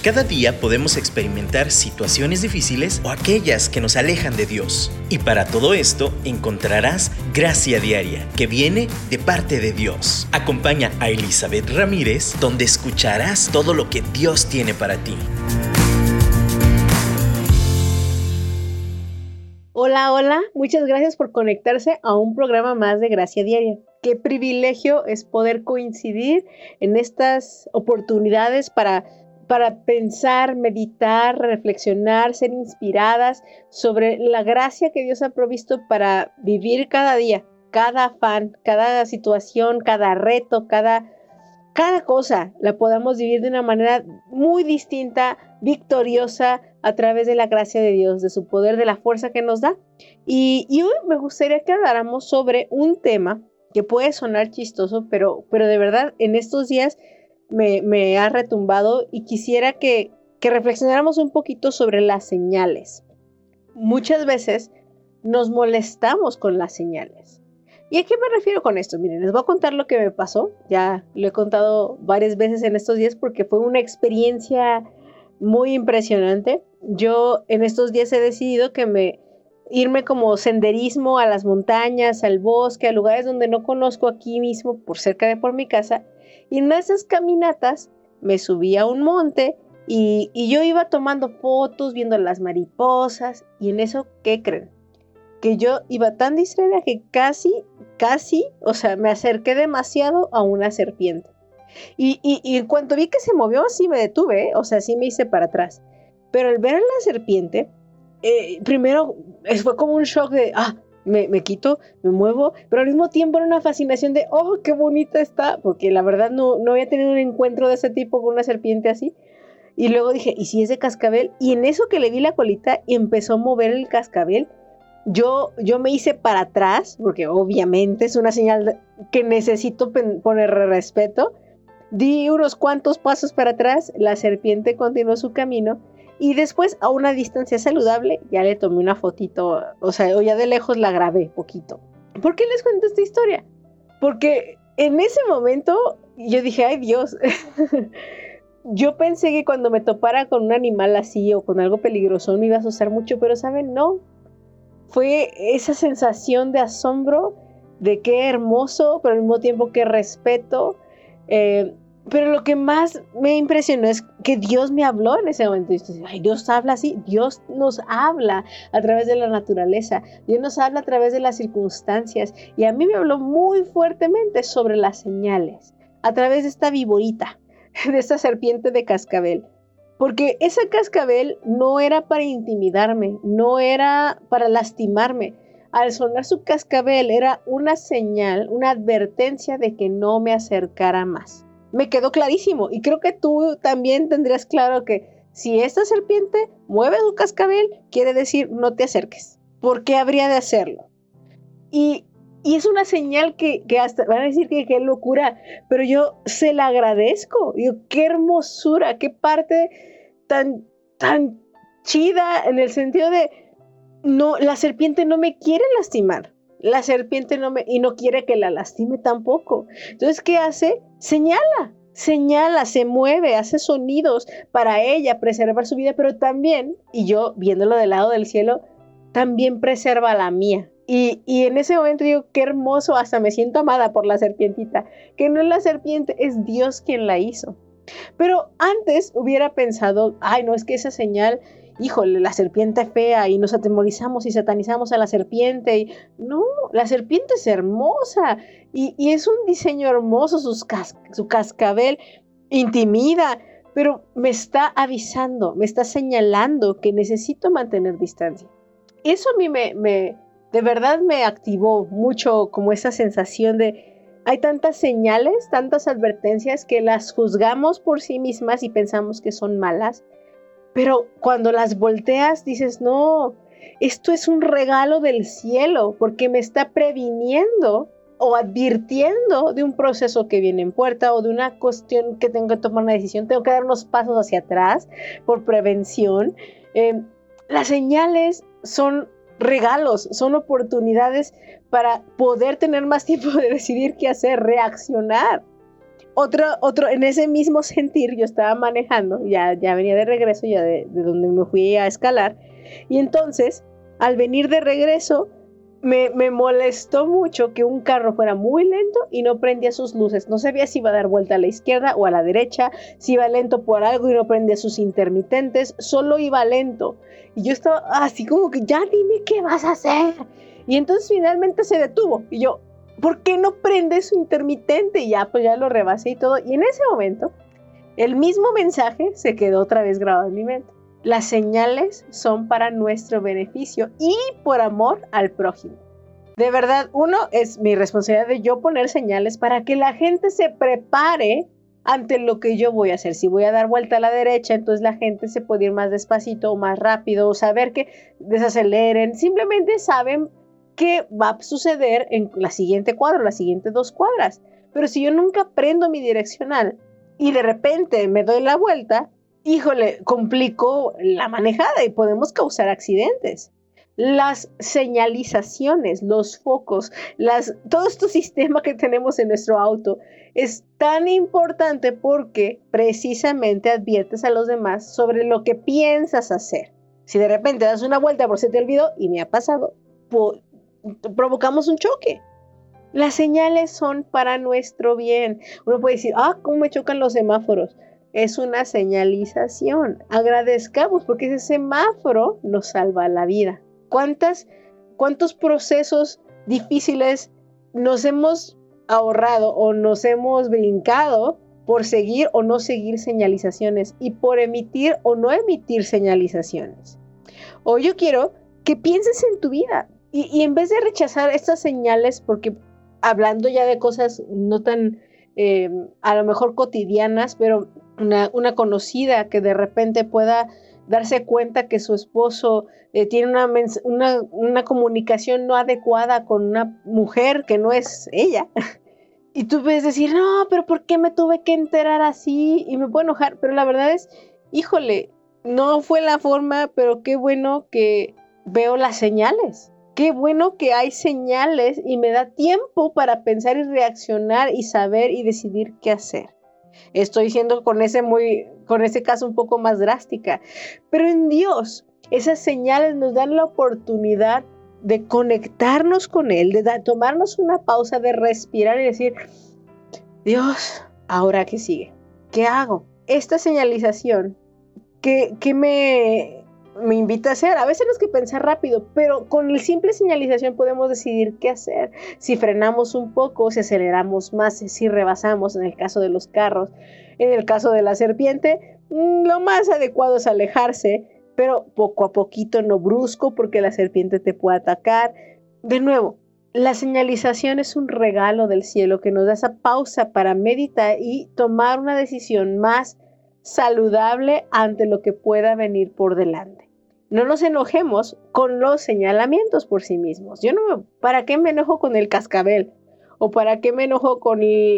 Cada día podemos experimentar situaciones difíciles o aquellas que nos alejan de Dios. Y para todo esto encontrarás gracia diaria que viene de parte de Dios. Acompaña a Elizabeth Ramírez, donde escucharás todo lo que Dios tiene para ti. Hola, muchas gracias por conectarse a un programa más de Gracia Diaria. Qué privilegio es poder coincidir en estas oportunidades para pensar, meditar, reflexionar, ser inspiradas sobre la gracia que Dios ha provisto para vivir cada día, cada afán, cada situación, cada reto, cada cosa la podamos vivir de una manera muy distinta, victoriosa, a través de la gracia de Dios, de su poder, de la fuerza que nos da. Y hoy me gustaría que habláramos sobre un tema que puede sonar chistoso, pero de verdad en estos días me ha retumbado y quisiera que reflexionáramos un poquito sobre las señales. Muchas veces nos molestamos con las señales. ¿Y a qué me refiero con esto? Miren, les voy a contar lo que me pasó. Ya lo he contado varias veces en estos días porque fue una experiencia muy impresionante. Yo en estos días he decidido irme como senderismo a las montañas, al bosque, a lugares donde no conozco aquí mismo, cerca de mi casa. Y en esas caminatas me subí a un monte y yo iba tomando fotos, viendo las mariposas. Y en eso, ¿qué creen? Que yo iba tan distraída que casi, me acerqué demasiado a una serpiente. Y en cuanto vi que se movió, sí me detuve, sí me hice para atrás. Pero al ver a la serpiente, primero fue como un shock de, me quito, me muevo, pero al mismo tiempo era una fascinación de, qué bonita está, porque la verdad no había tenido un encuentro de ese tipo con una serpiente así. Y luego dije, ¿y si es de cascabel? Y en eso que le vi la colita y empezó a mover el cascabel, yo me hice para atrás, porque obviamente es una señal que necesito poner respeto. Di unos cuantos pasos para atrás, la serpiente continuó su camino y después a una distancia saludable ya le tomé una fotito, o ya de lejos la grabé poquito. ¿Por qué les cuento esta historia? Porque en ese momento yo dije, ¡ay Dios! Yo pensé que cuando me topara con un animal así o con algo peligroso me iba a asustar mucho, pero ¿saben? No. Fue esa sensación de asombro, de qué hermoso, pero al mismo tiempo qué respeto. Pero lo que más me impresionó es que Dios me habló en ese momento. Y dices, ay, Dios habla así. Dios nos habla a través de la naturaleza. Dios nos habla a través de las circunstancias. Y a mí me habló muy fuertemente sobre las señales, a través de esta viborita, de esta serpiente de cascabel. Porque ese cascabel no era para intimidarme, no era para lastimarme. Al sonar su cascabel era una señal, una advertencia de que no me acercara más. Me quedó clarísimo y creo que tú también tendrías claro que si esta serpiente mueve su cascabel, quiere decir no te acerques. ¿Por qué habría de hacerlo? Y es una señal que hasta van a decir que qué locura, pero yo se la agradezco. Digo, qué hermosura, qué parte tan chida en el sentido de no, la serpiente no me quiere lastimar. La serpiente no quiere que la lastime tampoco. Entonces, ¿qué hace? Señala, se mueve, hace sonidos para ella, preservar su vida, pero también, y yo viéndolo del lado del cielo, también preserva la mía. Y en ese momento digo, qué hermoso, hasta me siento amada por la serpientita, que no es la serpiente, es Dios quien la hizo. Pero antes hubiera pensado, ay, no, es que esa señal, híjole, la serpiente fea y nos atemorizamos y satanizamos a la serpiente. Y no, la serpiente es hermosa y es un diseño hermoso, su cascabel intimida, pero me está avisando, me está señalando que necesito mantener distancia. Eso a mí de verdad me activó mucho como esa sensación de hay tantas señales, tantas advertencias que las juzgamos por sí mismas y pensamos que son malas, pero cuando las volteas dices, no, esto es un regalo del cielo porque me está previniendo o advirtiendo de un proceso que viene en puerta o de una cuestión que tengo que tomar una decisión, tengo que dar unos pasos hacia atrás por prevención. Las señales son regalos, son oportunidades para poder tener más tiempo de decidir qué hacer, reaccionar. en ese mismo sentir, yo estaba manejando, ya venía de regreso, ya de donde me fui a escalar, y entonces, al venir de regreso, me molestó mucho que un carro fuera muy lento y no prendía sus luces. No sabía si iba a dar vuelta a la izquierda o a la derecha, si iba lento por algo y no prendía sus intermitentes, solo iba lento. Y yo estaba así como que, ya dime qué vas a hacer. Y entonces finalmente se detuvo. Y yo, ¿por qué no prende su intermitente? Y ya, pues ya lo rebasé y todo. Y en ese momento, el mismo mensaje se quedó otra vez grabado en mi mente. Las señales son para nuestro beneficio y por amor al prójimo. De verdad, uno, es mi responsabilidad de yo poner señales para que la gente se prepare ante lo que yo voy a hacer. Si voy a dar vuelta a la derecha, entonces la gente se puede ir más despacito o más rápido, o saber que desaceleren. Simplemente saben qué va a suceder en la siguiente cuadra, las siguientes 2 cuadras. Pero si yo nunca prendo mi direccional y de repente me doy la vuelta, híjole, complico la manejada y podemos causar accidentes. Las señalizaciones, los focos, todo este sistema que tenemos en nuestro auto es tan importante porque precisamente adviertes a los demás sobre lo que piensas hacer. Si de repente das una vuelta porque se te olvidó, y me ha pasado, provocamos un choque. Las señales son para nuestro bien. Uno puede decir, ¿cómo me chocan los semáforos? Es una señalización. Agradezcamos porque ese semáforo nos salva la vida. ¿Cuántos procesos difíciles nos hemos ahorrado o nos hemos brincado por seguir o no seguir señalizaciones y por emitir o no emitir señalizaciones? O yo quiero que pienses en tu vida y en vez de rechazar estas señales, porque hablando ya de cosas no tan a lo mejor cotidianas, pero una conocida que de repente pueda darse cuenta que su esposo tiene una comunicación no adecuada con una mujer que no es ella. Y tú puedes decir, no, pero ¿por qué me tuve que enterar así? Y me puedo enojar, pero la verdad es, híjole, no fue la forma, pero qué bueno que veo las señales. Qué bueno que hay señales y me da tiempo para pensar y reaccionar y saber y decidir qué hacer. Estoy siendo con ese caso un poco más drástica, pero en Dios esas señales nos dan la oportunidad de conectarnos con Él, de tomarnos una pausa, de respirar y decir, Dios, ¿ahora qué sigue? ¿Qué hago? Esta señalización, ¿qué me invita a hacer? A veces tenemos que pensar rápido, pero con la simple señalización podemos decidir qué hacer. Si frenamos un poco, si aceleramos más, si rebasamos, en el caso de los carros. En el caso de la serpiente, lo más adecuado es alejarse, pero poco a poquito, no brusco, porque la serpiente te puede atacar. De nuevo, la señalización es un regalo del cielo que nos da esa pausa para meditar y tomar una decisión más saludable ante lo que pueda venir por delante. No nos enojemos con los señalamientos por sí mismos. ¿Para qué me enojo con el cascabel? ¿O para qué me enojo con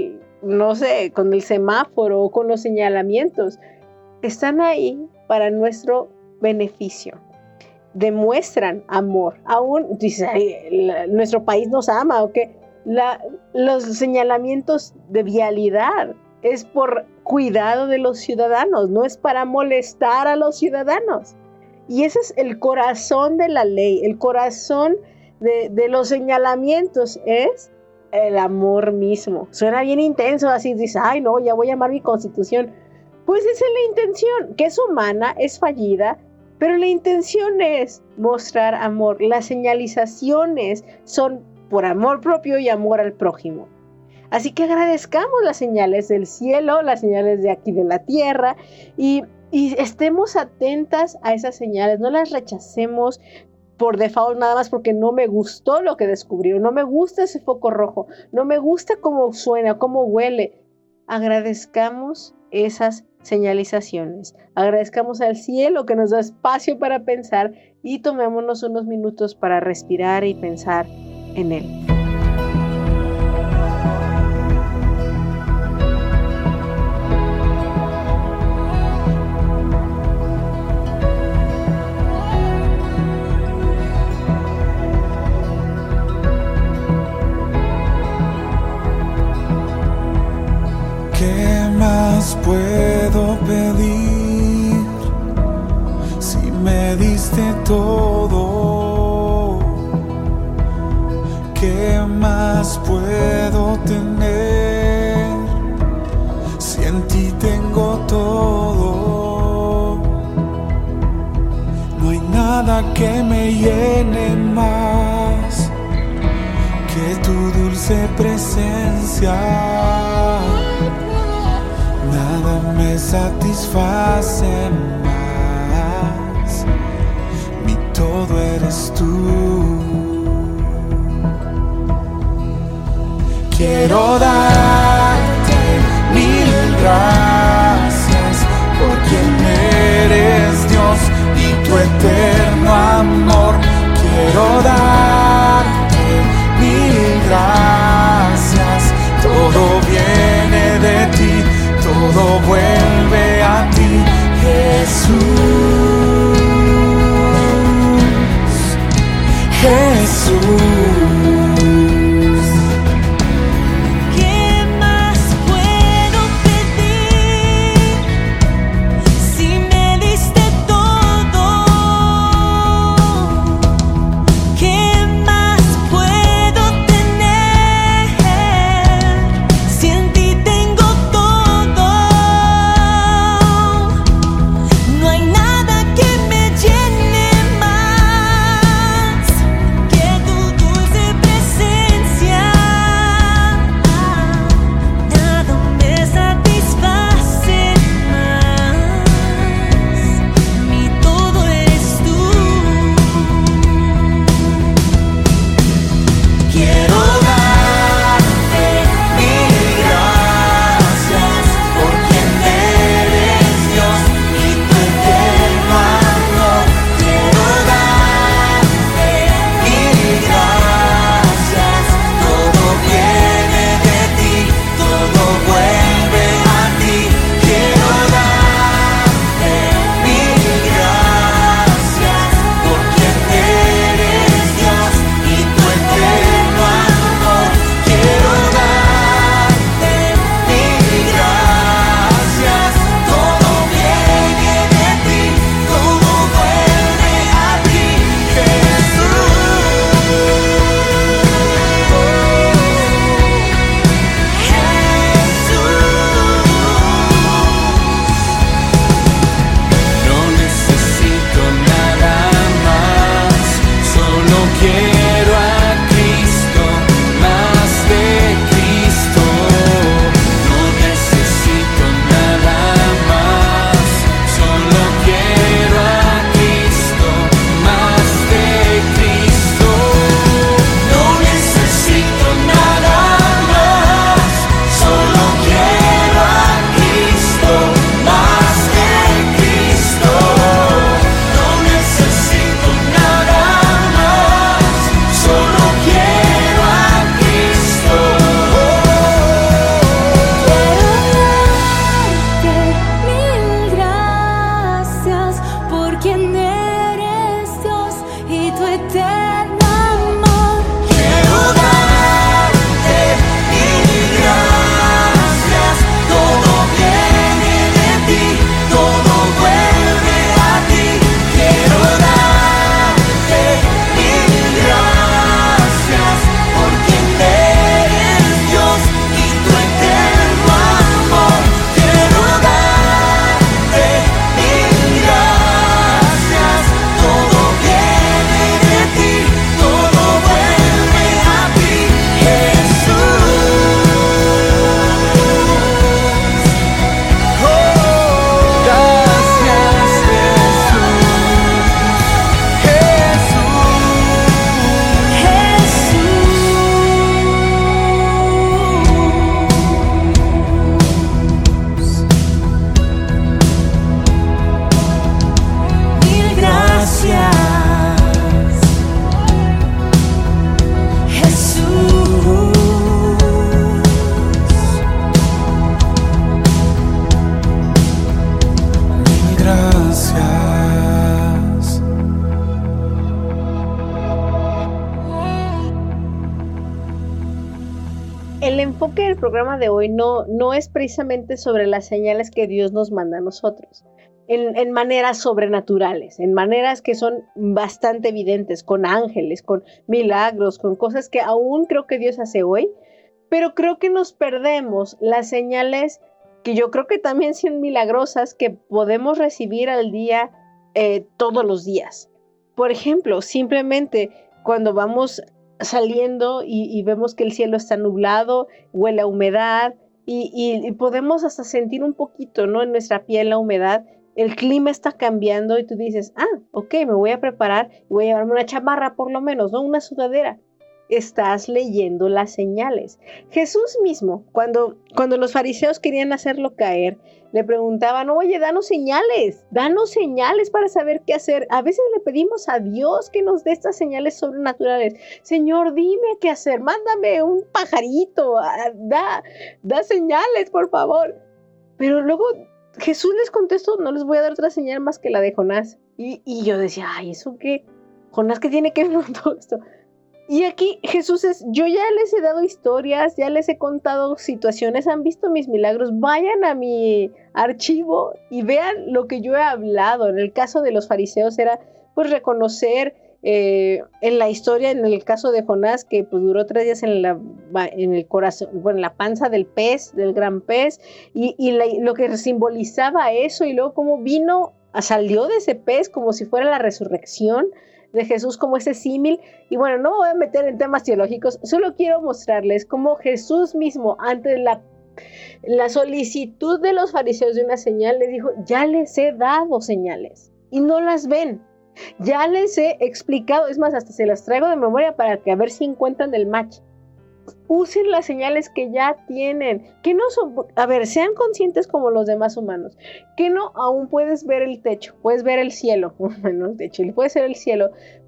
con el semáforo o con los señalamientos? Están ahí para nuestro beneficio. Demuestran amor. Aún, dice, nuestro país nos ama, ¿o qué? Los señalamientos de vialidad es por cuidado de los ciudadanos, no es para molestar a los ciudadanos. Y ese es el corazón de la ley, el corazón de los señalamientos es el amor mismo. Suena bien intenso, así dices, ay no, ya voy a amar mi constitución. Pues esa es la intención, que es humana, es fallida, pero la intención es mostrar amor. Las señalizaciones son por amor propio y amor al prójimo. Así que agradezcamos las señales del cielo, las señales de aquí de la tierra y estemos atentas a esas señales, no las rechacemos por default nada más porque no me gustó lo que descubrió, no me gusta ese foco rojo, no me gusta cómo suena, cómo huele. Agradezcamos esas señalizaciones, agradezcamos al cielo que nos da espacio para pensar y tomémonos unos minutos para respirar y pensar en Él. Qué más puedo tener si en ti tengo todo? No hay nada que me llene más que tu dulce presencia. Nada me satisface más, mi todo eres tú. Quiero darte mil gracias por quien eres Dios y tu eterno amor. Quiero darte mil gracias, todo viene de ti, todo vuelve a ti, Jesús, Jesús. El enfoque del programa de hoy no es precisamente sobre las señales que Dios nos manda a nosotros, en maneras sobrenaturales, en maneras que son bastante evidentes, con ángeles, con milagros, con cosas que aún creo que Dios hace hoy, pero creo que nos perdemos las señales que yo creo que también son milagrosas que podemos recibir al día, todos los días. Por ejemplo, simplemente cuando vamos saliendo y vemos que el cielo está nublado, huele a humedad y podemos hasta sentir un poquito, ¿no? En nuestra piel la humedad. El clima está cambiando y tú dices, ok, me voy a preparar y voy a llevarme una chamarra por lo menos, ¿no? Una sudadera. Estás leyendo las señales. Jesús mismo, cuando los fariseos querían hacerlo caer, le preguntaban, oye, danos señales para saber qué hacer. A veces le pedimos a Dios que nos dé estas señales sobrenaturales. Señor, dime qué hacer, mándame un pajarito, da señales, por favor. Pero luego Jesús les contestó, no les voy a dar otra señal más que la de Jonás. Y yo decía, ¿eso qué? Jonás, ¿qué tiene que ver con todo esto? Y aquí Jesús yo ya les he dado historias, ya les he contado situaciones, han visto mis milagros, vayan a mi archivo y vean lo que yo he hablado. En el caso de los fariseos era pues reconocer en la historia, en el caso de Jonás, que pues duró 3 días en el corazón, bueno, en la panza del pez, del gran pez, lo que simbolizaba eso, y luego cómo salió de ese pez como si fuera la resurrección de Jesús, como ese símil. Y bueno, no me voy a meter en temas teológicos, solo quiero mostrarles cómo Jesús mismo, ante la solicitud de los fariseos de una señal, les dijo, ya les he dado señales y no las ven. Ya les he explicado, es más, hasta se las traigo de memoria para que a ver si encuentran el match. Usen las señales que ya tienen, que no son, sean conscientes como los demás humanos, que no aún puedes ver el techo, puedes ver el cielo, bueno, el techo, puedes ver el cielo,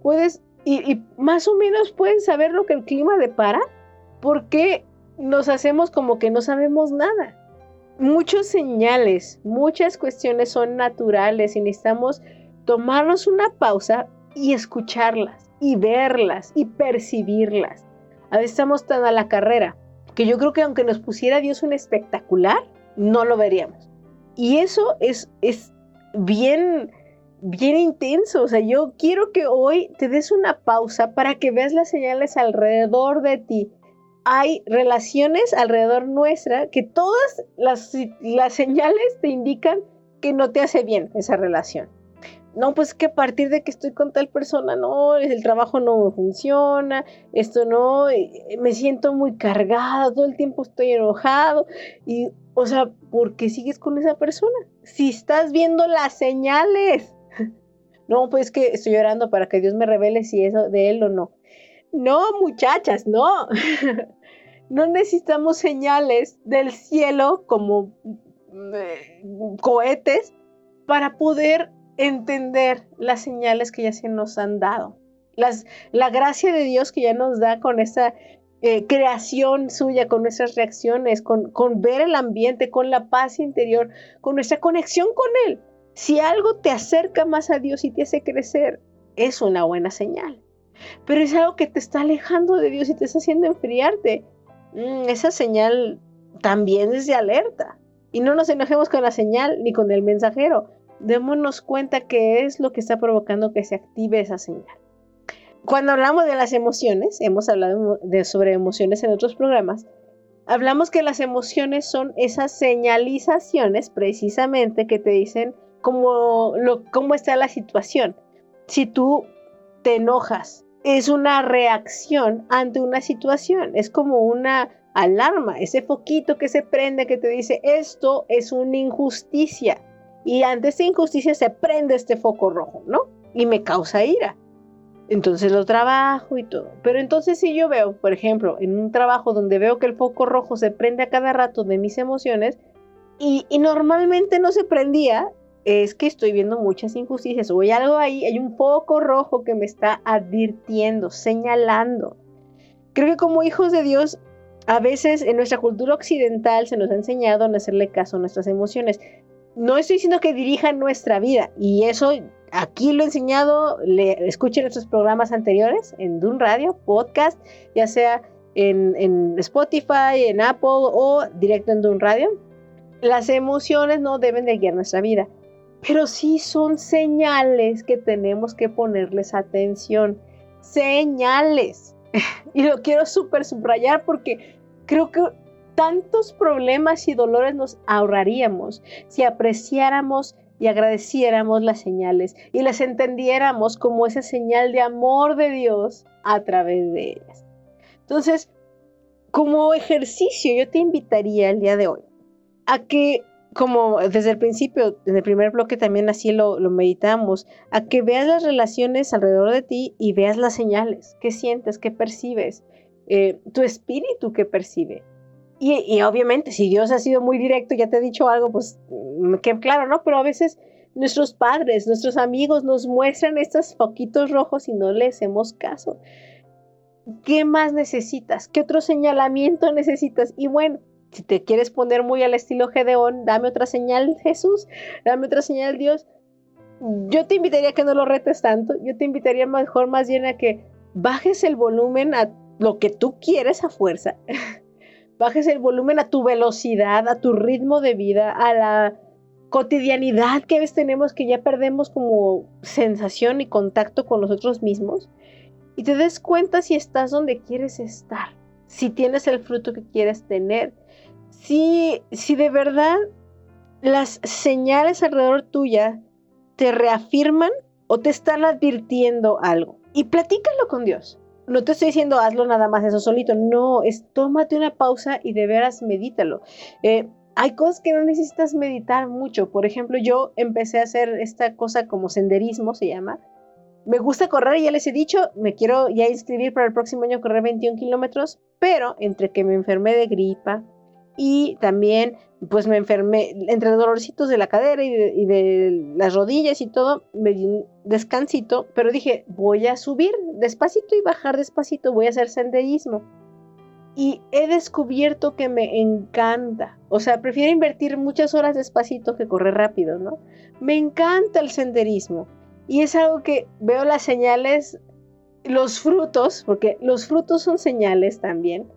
y más o menos puedes saber lo que el clima depara, porque nos hacemos como que no sabemos nada. Muchas señales, muchas cuestiones son naturales y necesitamos tomarnos una pausa y escucharlas, y verlas, y percibirlas. A veces estamos tan a la carrera que yo creo que aunque nos pusiera Dios un espectacular, no lo veríamos. Y eso es bien, bien intenso. O sea, yo quiero que hoy te des una pausa para que veas las señales alrededor de ti. Hay relaciones alrededor nuestra que todas las señales te indican que no te hace bien esa relación. No, pues que a partir de que estoy con tal persona, no, el trabajo no funciona, esto no, me siento muy cargada, todo el tiempo estoy enojado. Y, o sea, ¿por qué sigues con esa persona? Si estás viendo las señales. No, pues que estoy llorando para que Dios me revele si eso de él o no. No, muchachas, no. No necesitamos señales del cielo como cohetes para poder entender las señales que ya se nos han dado. La gracia de Dios que ya nos da con esa creación suya, con nuestras reacciones, con ver el ambiente, con la paz interior, con nuestra conexión con Él. Si algo te acerca más a Dios y te hace crecer, es una buena señal. Pero es algo que te está alejando de Dios y te está haciendo enfriarte. Esa señal también es de alerta. Y no nos enojemos con la señal ni con el mensajero. Démonos cuenta qué es lo que está provocando que se active esa señal. Cuando hablamos de las emociones, hemos hablado sobre emociones en otros programas, hablamos que las emociones son esas señalizaciones precisamente que te dicen cómo está la situación. Si tú te enojas, es una reacción ante una situación, es como una alarma, ese foquito que se prende que te dice esto es una injusticia. Y ante esta injusticia se prende este foco rojo, ¿no? Y me causa ira. Entonces lo trabajo y todo. Pero entonces si yo veo, por ejemplo, en un trabajo donde veo que el foco rojo se prende a cada rato de mis emociones y normalmente no se prendía, es que estoy viendo muchas injusticias o hay algo ahí, hay un foco rojo que me está advirtiendo, señalando. Creo que como hijos de Dios, a veces en nuestra cultura occidental se nos ha enseñado a no hacerle caso a nuestras emociones. No estoy diciendo que dirijan nuestra vida, y eso aquí lo he enseñado, escuchen nuestros programas anteriores en Dun Radio, podcast, ya sea en Spotify, en Apple o directo en Dun Radio. Las emociones no deben de guiar nuestra vida, pero sí son señales que tenemos que ponerles atención. Señales. Y lo quiero súper subrayar porque creo que tantos problemas y dolores nos ahorraríamos si apreciáramos y agradeciéramos las señales y las entendiéramos como esa señal de amor de Dios a través de ellas. Entonces, como ejercicio, yo te invitaría el día de hoy a que, como desde el principio, en el primer bloque también así lo meditamos, a que veas las relaciones alrededor de ti y veas las señales. ¿Qué sientes? ¿Qué percibes? Tu espíritu, ¿qué percibe? Y obviamente, si Dios ha sido muy directo, ya te ha dicho algo, pues que claro, ¿no? Pero a veces nuestros padres, nuestros amigos nos muestran estos foquitos rojos y no le hacemos caso. ¿Qué más necesitas? ¿Qué otro señalamiento necesitas? Y bueno, si te quieres poner muy al estilo Gedeón, dame otra señal, Jesús, dame otra señal, Dios. Yo te invitaría a que no lo retes tanto, yo te invitaría mejor más bien a que bajes el volumen a lo que tú quieres a fuerza. Bajes el volumen a tu velocidad, a tu ritmo de vida, a la cotidianidad que a veces tenemos, que ya perdemos como sensación y contacto con nosotros mismos, y te des cuenta si estás donde quieres estar, si tienes el fruto que quieres tener, si de verdad las señales alrededor tuya te reafirman o te están advirtiendo algo. Y platícalo con Dios. No te estoy diciendo hazlo nada más eso solito, no, tómate una pausa y de veras medítalo. Hay cosas que no necesitas meditar mucho. Por ejemplo, yo empecé a hacer esta cosa como senderismo, se llama. Me gusta correr, ya les he dicho, me quiero ya inscribir para el próximo año correr 21 kilómetros, pero entre que me enfermé de gripa y también pues me enfermé entre dolorcitos de la cadera y de las rodillas y todo, me di un descansito, pero dije, voy a subir despacito y bajar despacito, voy a hacer senderismo. Y he descubierto que me encanta, o sea, prefiero invertir muchas horas despacito que correr rápido, ¿no? Me encanta el senderismo y es algo que veo las señales, los frutos, porque los frutos son señales también,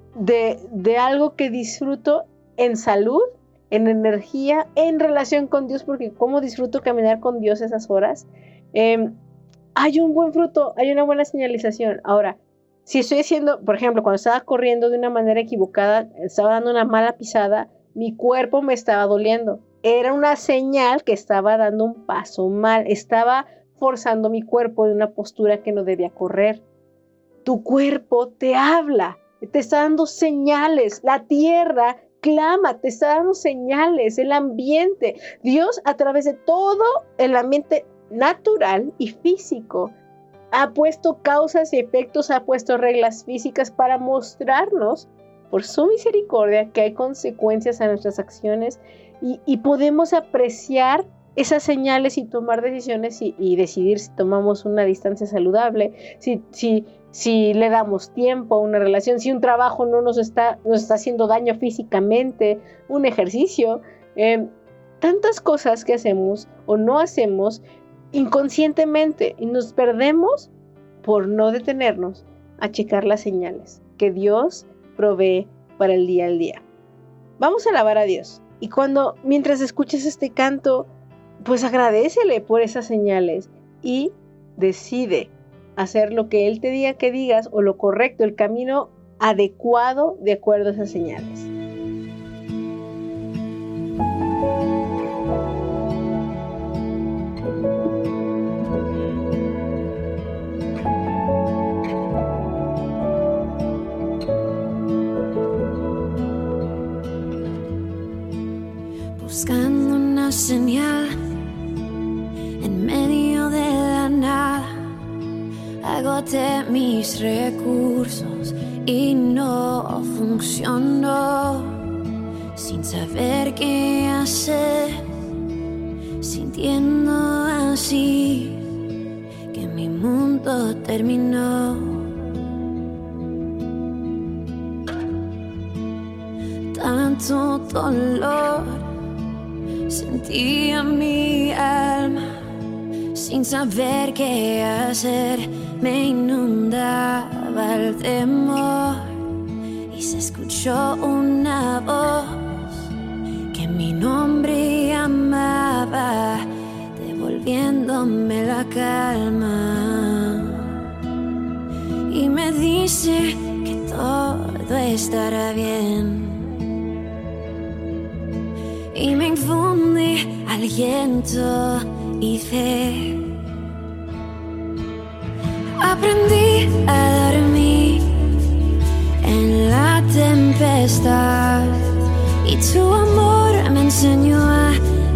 de algo que disfruto en salud, en energía, en relación con Dios, porque cómo disfruto caminar con Dios esas horas. Hay un buen fruto, hay una buena señalización. Ahora, si estoy haciendo, por ejemplo, cuando estaba corriendo de una manera equivocada, estaba dando una mala pisada, mi cuerpo me estaba doliendo. Era una señal que estaba dando un paso mal, estaba forzando mi cuerpo de una postura que no debía correr. Tu cuerpo te habla, te está dando señales, la tierra clama, te está dando señales, el ambiente. Dios, a través de todo el ambiente natural y físico, ha puesto causas y efectos, ha puesto reglas físicas para mostrarnos, por su misericordia, que hay consecuencias a nuestras acciones y podemos apreciar esas señales y tomar decisiones y decidir si tomamos una distancia saludable, si le damos tiempo a una relación, si un trabajo no nos está haciendo daño físicamente, un ejercicio, tantas cosas que hacemos o no hacemos inconscientemente y nos perdemos por no detenernos a checar las señales que Dios provee para el día al día. Vamos a alabar a Dios y mientras escuches este canto, pues agradécele por esas señales y decide hacer lo que Él te diga que digas o lo correcto, el camino adecuado de acuerdo a esas señales. Buscando una señal en medio de la nada, agoté mis recursos y no funcionó, sin saber qué hacer, sintiendo así que mi mundo terminó. Tanto dolor sentía mi alma, sin saber qué hacer, me inundaba el temor y se escuchó una voz que mi nombre llamaba. devolviéndome la calma y me dice que todo estará bien y me infunde aliento y fe. Aprendí a dormir en la tempestad y tu amor me enseñó a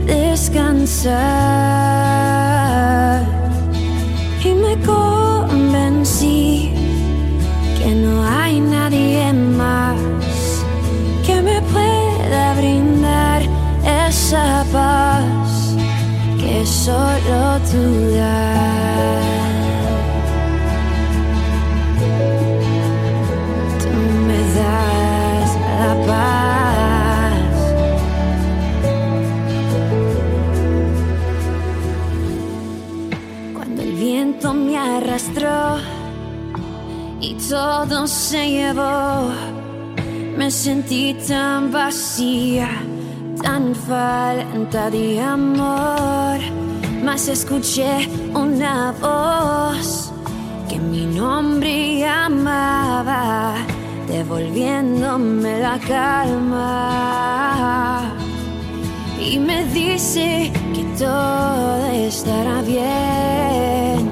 descansar y me convencí que no hay nadie más que me pueda brindar esa paz que solo tú das. Tú me das la paz. Cuando el viento me arrastró y todo se llevó, me sentí tan vacía, tan falta de amor, mas escuché una voz que mi nombre llamaba, devolviéndome la calma y me dice que todo estará bien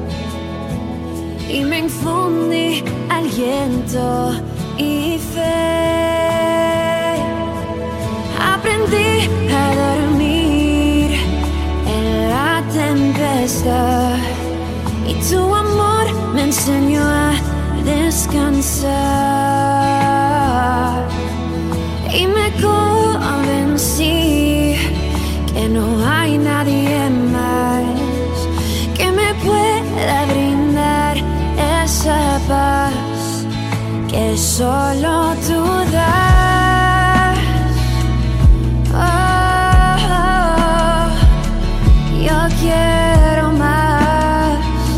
y me infunde aliento y fe. Aprendí a dormir en la tempestad y tu amor me enseñó a descansar y me convencí que no hay nadie más que me pueda brindar esa paz que solo tú das. Oh, yo quiero más,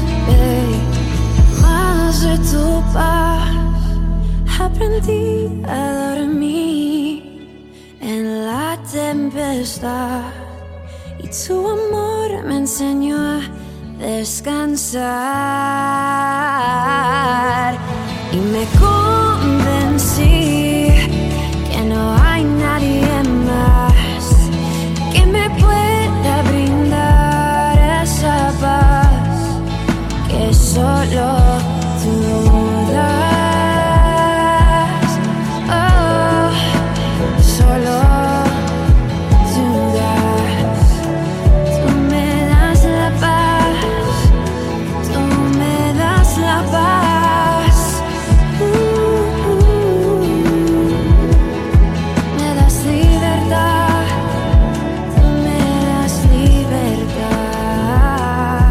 más de tu paz. Aprendí a dormir en la tempestad y tu amor me enseñó a descansar y me convencí que no hay nadie más que me pueda brindar esa paz que solo tú das. Oh, solo tú das. Tú me das la paz. Tú me das la paz. Me das libertad. Tú me das libertad.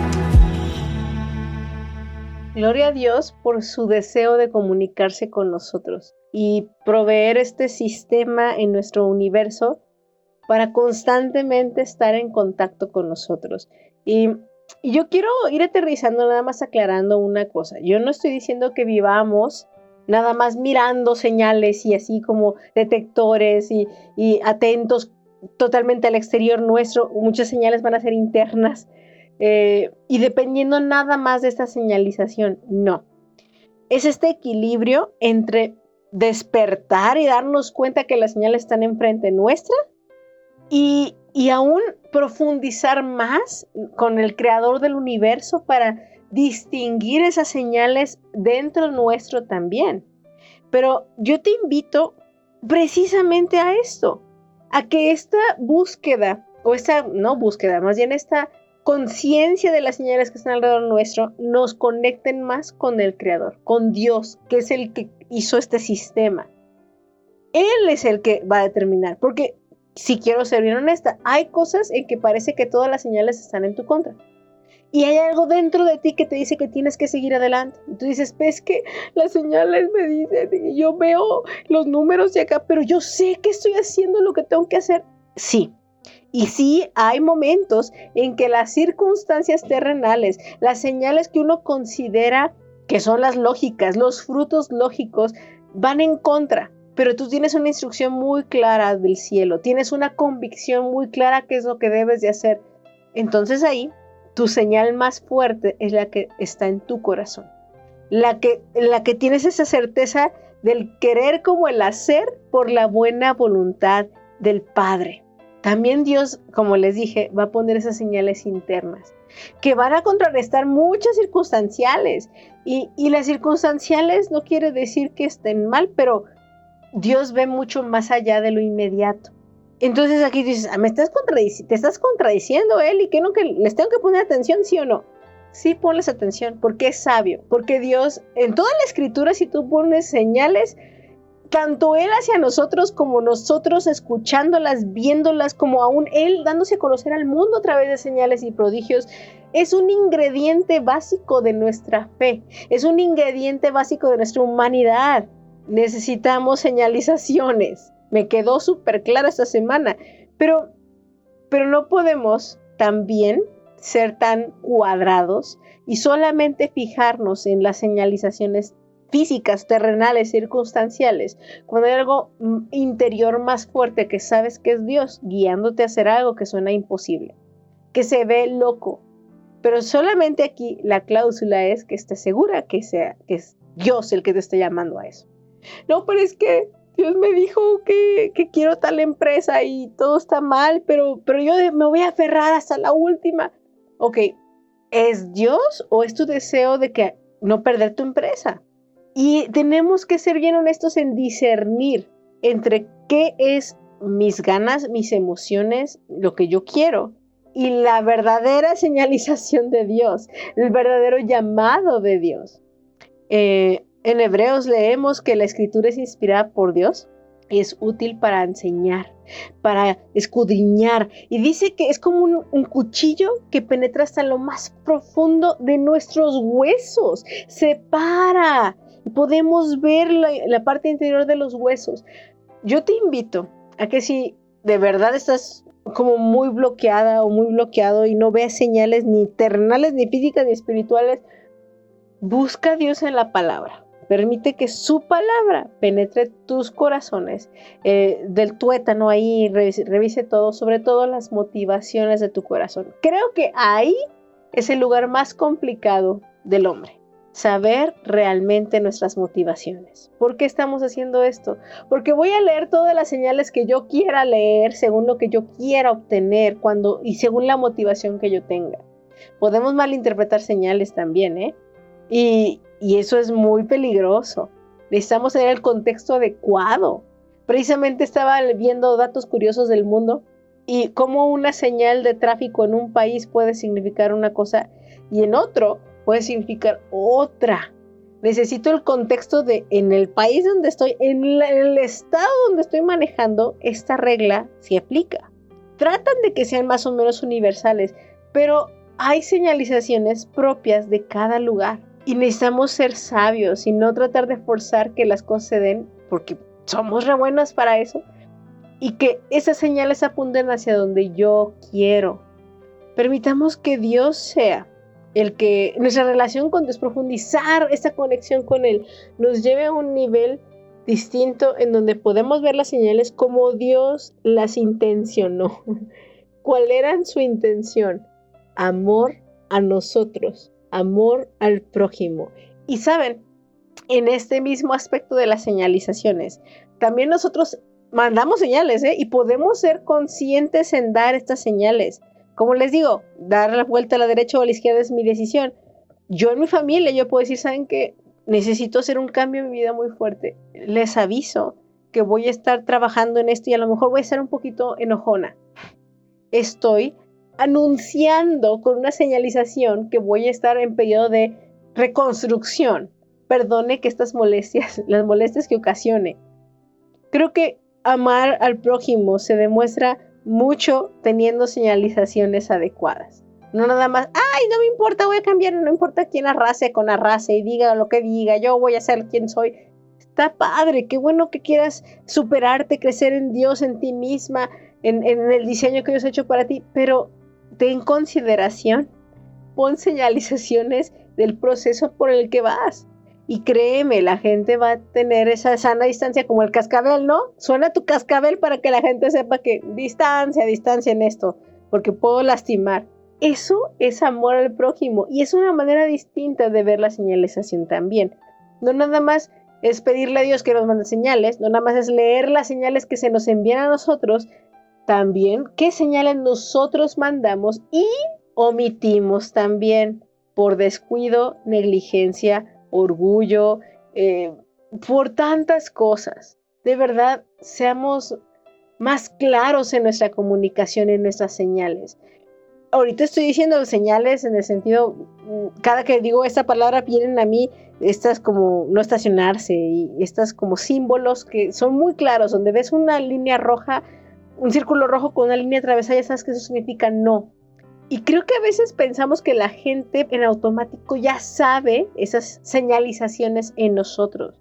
Gloria a Dios por su deseo de comunicarse con nosotros y proveer este sistema en nuestro universo para constantemente estar en contacto con nosotros. Y yo quiero ir aterrizando, nada más aclarando una cosa. Yo no estoy diciendo que vivamos nada más mirando señales y así como detectores y atentos totalmente al exterior nuestro. Muchas señales van a ser internas y dependiendo nada más de esta señalización. No. Es este equilibrio entre despertar y darnos cuenta que las señales están enfrente nuestra y aún profundizar más con el creador del universo para distinguir esas señales dentro nuestro también. Pero yo te invito precisamente a esto, a que esta búsqueda, o esta, no búsqueda, más bien esta conciencia de las señales que están alrededor nuestro, nos conecten más con el creador, con Dios, que es el que hizo este sistema. Él es el que va a determinar, porque si quiero ser bien honesta, hay cosas en que parece que todas las señales están en tu contra. Y hay algo dentro de ti que te dice que tienes que seguir adelante. Y tú dices, pues que las señales me dicen, y yo veo los números de acá, pero yo sé que estoy haciendo lo que tengo que hacer. Sí. Y sí, hay momentos en que las circunstancias terrenales, las señales que uno considera que son las lógicas, los frutos lógicos, van en contra. Pero tú tienes una instrucción muy clara del cielo, tienes una convicción muy clara qué es lo que debes de hacer. Entonces ahí tu señal más fuerte es la que está en tu corazón. La que tienes esa certeza del querer como el hacer por la buena voluntad del Padre. También Dios, como les dije, va a poner esas señales internas que van a contrarrestar muchas circunstanciales. Y las circunstanciales no quiere decir que estén mal, pero Dios ve mucho más allá de lo inmediato. Entonces aquí dices, te estás contradiciendo Eli, ¿qué no que les tengo que poner atención, sí o no? Sí, ponles atención, porque es sabio, porque Dios, en toda la escritura, si tú pones señales, tanto Él hacia nosotros como nosotros escuchándolas, viéndolas, como aún Él dándose a conocer al mundo a través de señales y prodigios, es un ingrediente básico de nuestra fe, es un ingrediente básico de nuestra humanidad. Necesitamos señalizaciones. Me quedó súper clara esta semana, pero no podemos también ser tan cuadrados y solamente fijarnos en las señalizaciones físicas, terrenales, circunstanciales, cuando hay algo interior más fuerte que sabes que es Dios guiándote a hacer algo que suena imposible, que se ve loco, pero solamente aquí la cláusula es que estés segura que es Dios el que te está llamando a eso. No, pero es que Dios me dijo que quiero tal empresa y todo está mal, pero yo me voy a aferrar hasta la última. Ok, ¿es Dios o es tu deseo de que no perder tu empresa? Y tenemos que ser bien honestos en discernir entre qué es mis ganas, mis emociones, lo que yo quiero, y la verdadera señalización de Dios, el verdadero llamado de Dios. En Hebreos leemos que la escritura es inspirada por Dios y es útil para enseñar, para escudriñar. Y dice que es como un cuchillo que penetra hasta lo más profundo de nuestros huesos. Separa. Podemos ver la parte interior de los huesos. Yo te invito a que si de verdad estás como muy bloqueada o muy bloqueado y no veas señales ni terrenales, ni físicas, ni espirituales, busca a Dios en la palabra. Permite que su palabra penetre tus corazones, del tuétano ahí, revise todo, sobre todo las motivaciones de tu corazón. Creo que ahí es el lugar más complicado del hombre. Saber realmente nuestras motivaciones. ¿Por qué estamos haciendo esto? Porque voy a leer todas las señales que yo quiera leer según lo que yo quiera obtener y según la motivación que yo tenga. Podemos malinterpretar señales también, ¿eh? Y eso es muy peligroso. Necesitamos tener el contexto adecuado. Precisamente estaba viendo datos curiosos del mundo y cómo una señal de tráfico en un país puede significar una cosa y en otro puede significar otra. Necesito el contexto de en el país donde estoy, en el estado donde estoy manejando, esta regla se aplica. Tratan de que sean más o menos universales, pero hay señalizaciones propias de cada lugar. Y necesitamos ser sabios y no tratar de forzar que las cosas se den, porque somos re buenas para eso. Y que esas señales apunten hacia donde yo quiero. Permitamos que Dios sea el que nuestra relación con Dios, profundizar esta conexión con Él, nos lleve a un nivel distinto en donde podemos ver las señales como Dios las intencionó. ¿Cuál era su intención? Amor a nosotros, amor al prójimo. Y saben, en este mismo aspecto de las señalizaciones, también nosotros mandamos señales, y podemos ser conscientes en dar estas señales. Como les digo, dar la vuelta a la derecha o a la izquierda es mi decisión. Yo en mi familia, yo puedo decir, ¿saben qué? Necesito hacer un cambio en mi vida muy fuerte. Les aviso que voy a estar trabajando en esto y a lo mejor voy a estar un poquito enojona. Estoy anunciando con una señalización que voy a estar en periodo de reconstrucción. Perdone que estas molestias, las molestias que ocasione. Creo que amar al prójimo se demuestra mucho teniendo señalizaciones adecuadas. No nada más, ay, no me importa, voy a cambiar, no importa quién arrase con arrase y diga lo que diga, yo voy a ser quien soy. Está padre, qué bueno que quieras superarte, crecer en Dios, en ti misma, en el diseño que Dios ha hecho para ti, pero ten consideración, pon señalizaciones del proceso por el que vas. Y créeme, la gente va a tener esa sana distancia como el cascabel, ¿no? Suena tu cascabel para que la gente sepa que distancia en esto, porque puedo lastimar. Eso es amor al prójimo y es una manera distinta de ver la señalización también. No nada más es pedirle a Dios que nos mande señales, no nada más es leer las señales que se nos envían a nosotros, también qué señales nosotros mandamos y omitimos también por descuido, negligencia, orgullo, por tantas cosas. De verdad, seamos más claros en nuestra comunicación, en nuestras señales. Ahorita estoy diciendo señales en el sentido, cada que digo esta palabra vienen a mí estas como no estacionarse y estas como símbolos que son muy claros, donde ves una línea roja, un círculo rojo con una línea atravesada, ya sabes que eso significa no. Y creo que a veces pensamos que la gente en automático ya sabe esas señalizaciones en nosotros.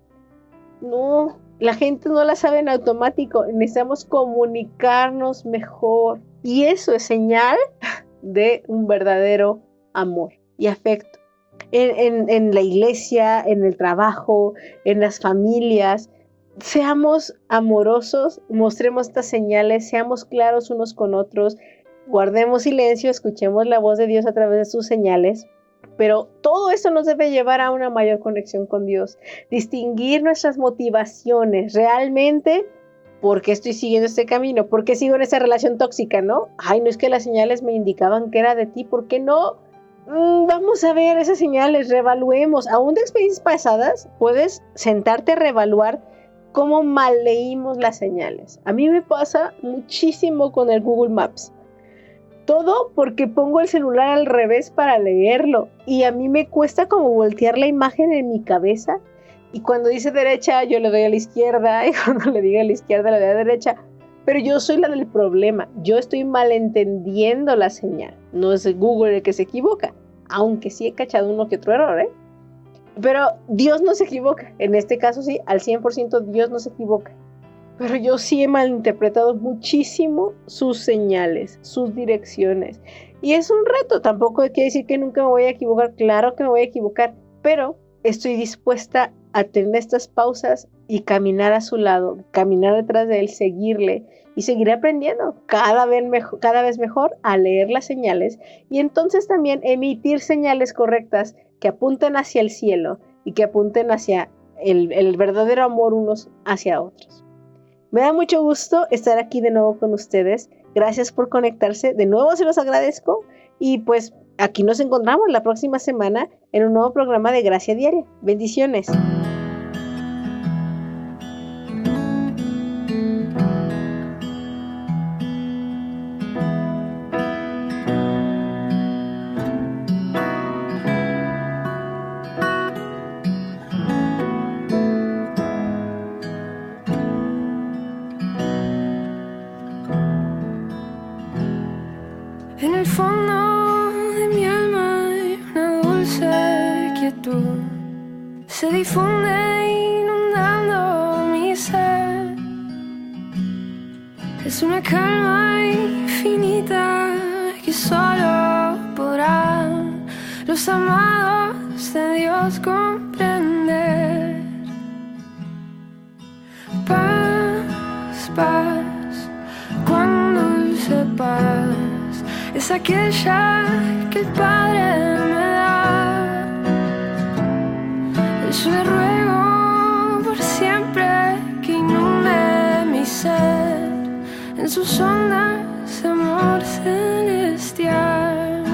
No, la gente no la sabe en automático, necesitamos comunicarnos mejor. Y eso es señal de un verdadero amor y afecto. En la iglesia, en el trabajo, en las familias, seamos amorosos, mostremos estas señales, seamos claros unos con otros, guardemos silencio, escuchemos la voz de Dios a través de sus señales. Pero todo esto nos debe llevar a una mayor conexión con Dios, distinguir nuestras motivaciones realmente. ¿Por qué estoy siguiendo este camino? ¿Por qué sigo en esa relación tóxica, no? Ay, no es que las señales me indicaban que era de ti, ¿por qué no? Vamos a ver esas señales, reevaluemos. Aún de experiencias pasadas, puedes sentarte a reevaluar cómo mal leímos las señales. A mí me pasa muchísimo con el Google Maps. Todo porque pongo el celular al revés para leerlo. Y a mí me cuesta como voltear la imagen en mi cabeza. Y cuando dice derecha, yo le doy a la izquierda. Y cuando le diga a la izquierda, le doy a la derecha. Pero yo soy la del problema. Yo estoy malentendiendo la señal. No es Google el que se equivoca. Aunque sí he cachado uno que otro error, ¿eh? Pero Dios no se equivoca. En este caso sí, al 100% Dios no se equivoca. Pero yo sí he malinterpretado muchísimo sus señales, sus direcciones. Y es un reto. Tampoco quiere decir que nunca me voy a equivocar. Claro que me voy a equivocar. Pero estoy dispuesta a tener estas pausas y caminar a su lado, caminar detrás de él, seguirle y seguir aprendiendo cada vez mejor a leer las señales y entonces también emitir señales correctas que apunten hacia el cielo y que apunten hacia el verdadero amor unos hacia otros. Me da mucho gusto estar aquí de nuevo con ustedes. Gracias por conectarse. De nuevo se los agradezco y pues aquí nos encontramos la próxima semana en un nuevo programa de Gracia Diaria. Bendiciones. En el fondo de mi alma hay una dulce quietud, se difunde inundando mi ser. Es una calma infinita que solo podrán los amados de Dios comprender. Paz, paz, cuán dulce paz es aquella que el Padre me da. Yo le ruego por siempre que inunde mi ser en sus ondas de amor celestial.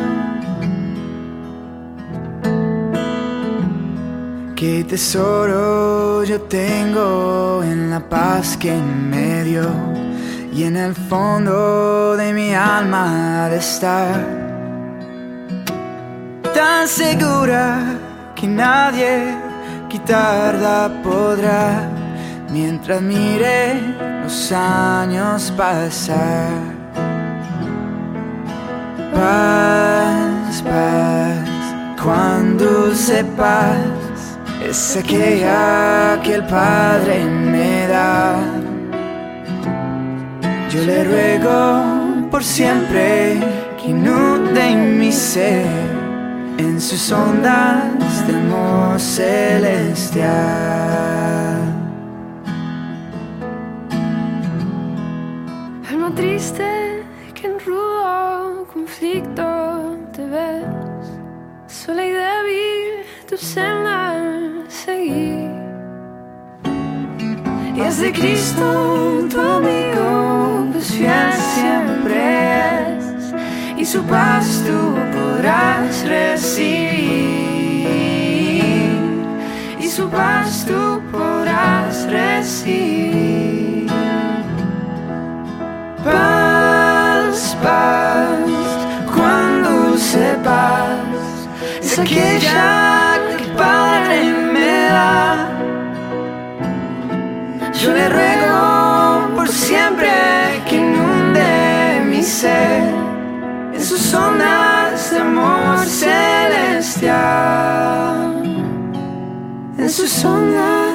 Qué tesoro yo tengo en la paz que me dio, y en el fondo de mi alma ha de estar tan segura que nadie quitarla podrá, mientras mire los años pasar. Paz, paz, cuán dulce paz es aquella que el Padre me da. Yo le ruego por siempre que inunde mi ser en sus ondas de amor celestial. Alma triste que en rudo conflicto y es de Cristo tu amigo, pues fiel siempre es, y su paz tú podrás recibir, y su paz tú podrás recibir. Paz, paz, cuando sepas, es aquella que el Padre me da. Yo le ruego por siempre que inunde mi ser en sus ondas de amor celestial, en sus ondas